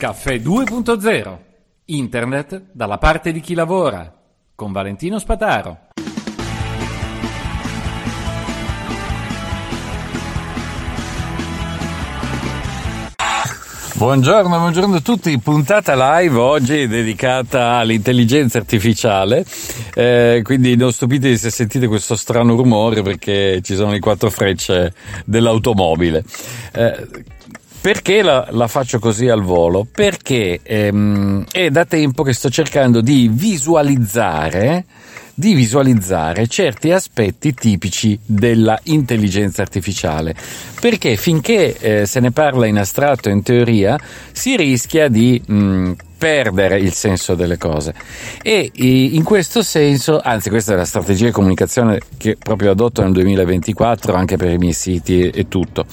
Caffè 2.0. Internet dalla parte di chi lavora. Con Valentino Spataro. Buongiorno a tutti, puntata live oggi dedicata all'intelligenza artificiale, quindi non stupitevi se sentite questo strano rumore perché ci sono le quattro frecce dell'automobile. Perché la faccio così al volo? Perché è da tempo che sto cercando di visualizzare certi aspetti tipici della intelligenza artificiale, perché finché se ne parla in astratto e in teoria si rischia di perdere il senso delle cose, e in questo senso, anzi questa è la strategia di comunicazione che proprio adotto nel 2024 anche per i miei siti e tutto,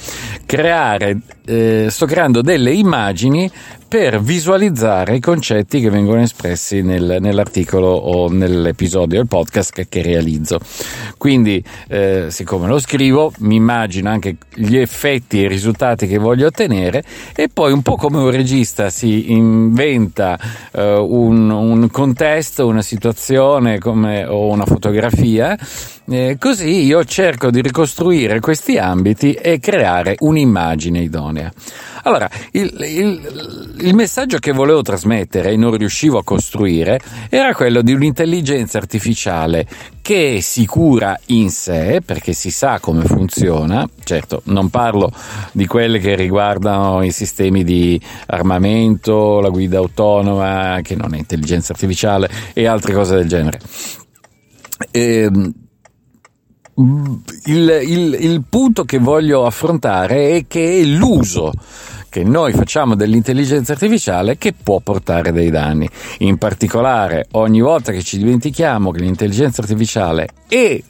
sto creando delle immagini per visualizzare i concetti che vengono espressi nell'articolo o nell'episodio del podcast che realizzo. Quindi siccome lo scrivo mi immagino anche gli effetti e i risultati che voglio ottenere, e poi un po' come un regista si inventa un contesto, una situazione o una fotografia, così io cerco di ricostruire questi ambiti e creare un'immagine idonea. Allora, il messaggio che volevo trasmettere e non riuscivo a costruire era quello di un'intelligenza artificiale che è sicura in sé, perché si sa come funziona. Certo, non parlo di quelle che riguardano i sistemi di armamento, la guida autonoma, che non è intelligenza artificiale, e altre cose del genere. Il punto che voglio affrontare è che è l'uso che noi facciamo dell'intelligenza artificiale che può portare dei danni. In particolare, ogni volta che ci dimentichiamo che l'intelligenza artificiale è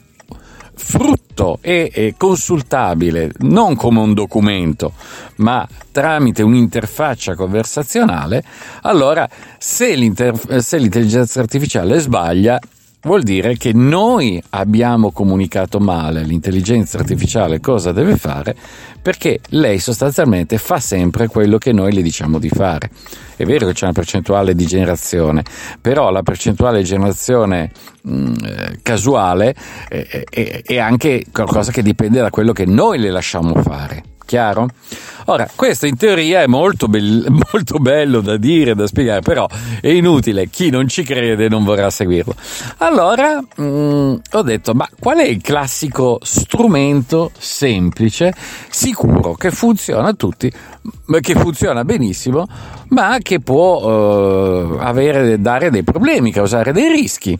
frutto e consultabile non come un documento ma tramite un'interfaccia conversazionale, allora se l'intelligenza artificiale sbaglia vuol dire che noi abbiamo comunicato male all'intelligenza artificiale cosa deve fare, perché lei sostanzialmente fa sempre quello che noi le diciamo di fare. È vero che c'è una percentuale di generazione, però la percentuale di generazione casuale è anche qualcosa che dipende da quello che noi le lasciamo fare. Chiaro? Ora, questo in teoria è molto bello da dire, da spiegare, però è inutile, chi non ci crede non vorrà seguirlo. Allora ho detto, ma qual è il classico strumento semplice, sicuro, che funziona a tutti, che funziona benissimo, ma che può dare dei problemi, causare dei rischi?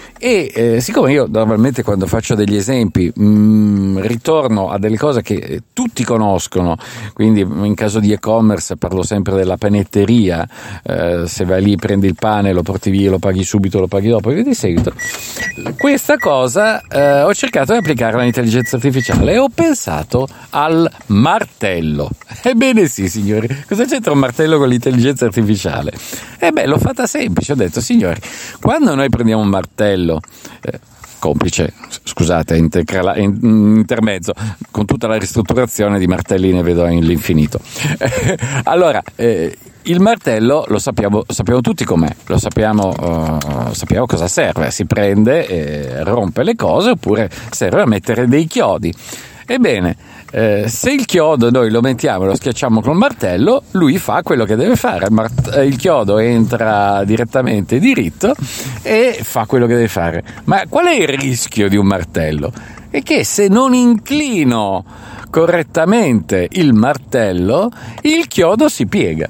E siccome io normalmente quando faccio degli esempi ritorno a delle cose che tutti conoscono, quindi in caso di e-commerce parlo sempre della panetteria, se vai lì prendi il pane, lo porti via, lo paghi subito, lo paghi dopo e via di seguito, questa cosa ho cercato di applicarla all'intelligenza artificiale e ho pensato al martello. Ebbene sì, signori, cosa c'entra un martello con l'intelligenza artificiale? L'ho fatta semplice, ho detto, signori, quando noi prendiamo un martello complice, scusate, intermezzo, con tutta la ristrutturazione di martelli ne vedo all'infinito. Allora, il martello lo sappiamo tutti com'è, sappiamo cosa serve, si prende, rompe le cose, oppure serve a mettere dei chiodi. Ebbene, se il chiodo noi lo mettiamo e lo schiacciamo col martello, lui fa quello che deve fare. Il chiodo entra direttamente diritto e fa quello che deve fare. Ma qual è il rischio di un martello? È che se non inclino correttamente il martello, il chiodo si piega.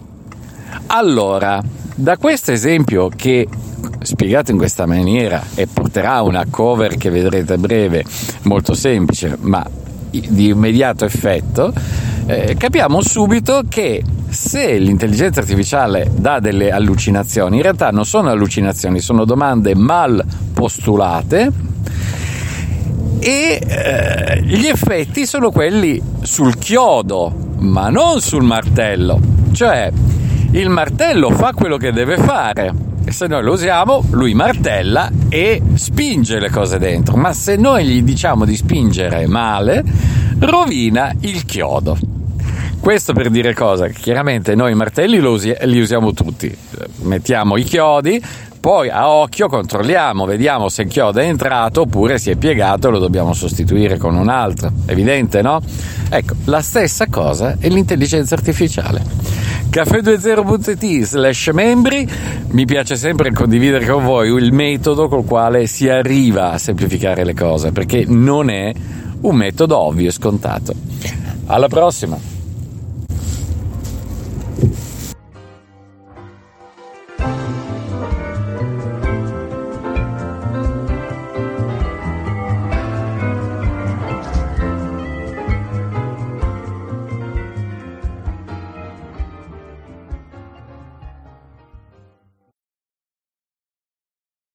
Allora, da questo esempio che spiegato in questa maniera e porterà una cover che vedrete a breve, molto semplice ma di immediato effetto, capiamo subito che se l'intelligenza artificiale dà delle allucinazioni, in realtà non sono allucinazioni, sono domande mal postulate, e gli effetti sono quelli sul chiodo ma non sul martello. Cioè, il martello fa quello che deve fare, e se noi lo usiamo lui martella e spinge le cose dentro, ma se noi gli diciamo di spingere male rovina il chiodo. Questo per dire cosa? Che chiaramente noi i martelli li usiamo tutti, mettiamo i chiodi, poi a occhio controlliamo, vediamo se il chiodo è entrato oppure si è piegato e lo dobbiamo sostituire con un altro. Evidente, no? Ecco, la stessa cosa è l'intelligenza artificiale. Caffè20.it/membri. Mi piace sempre condividere con voi il metodo col quale si arriva a semplificare le cose, perché non è un metodo ovvio e scontato. Alla prossima!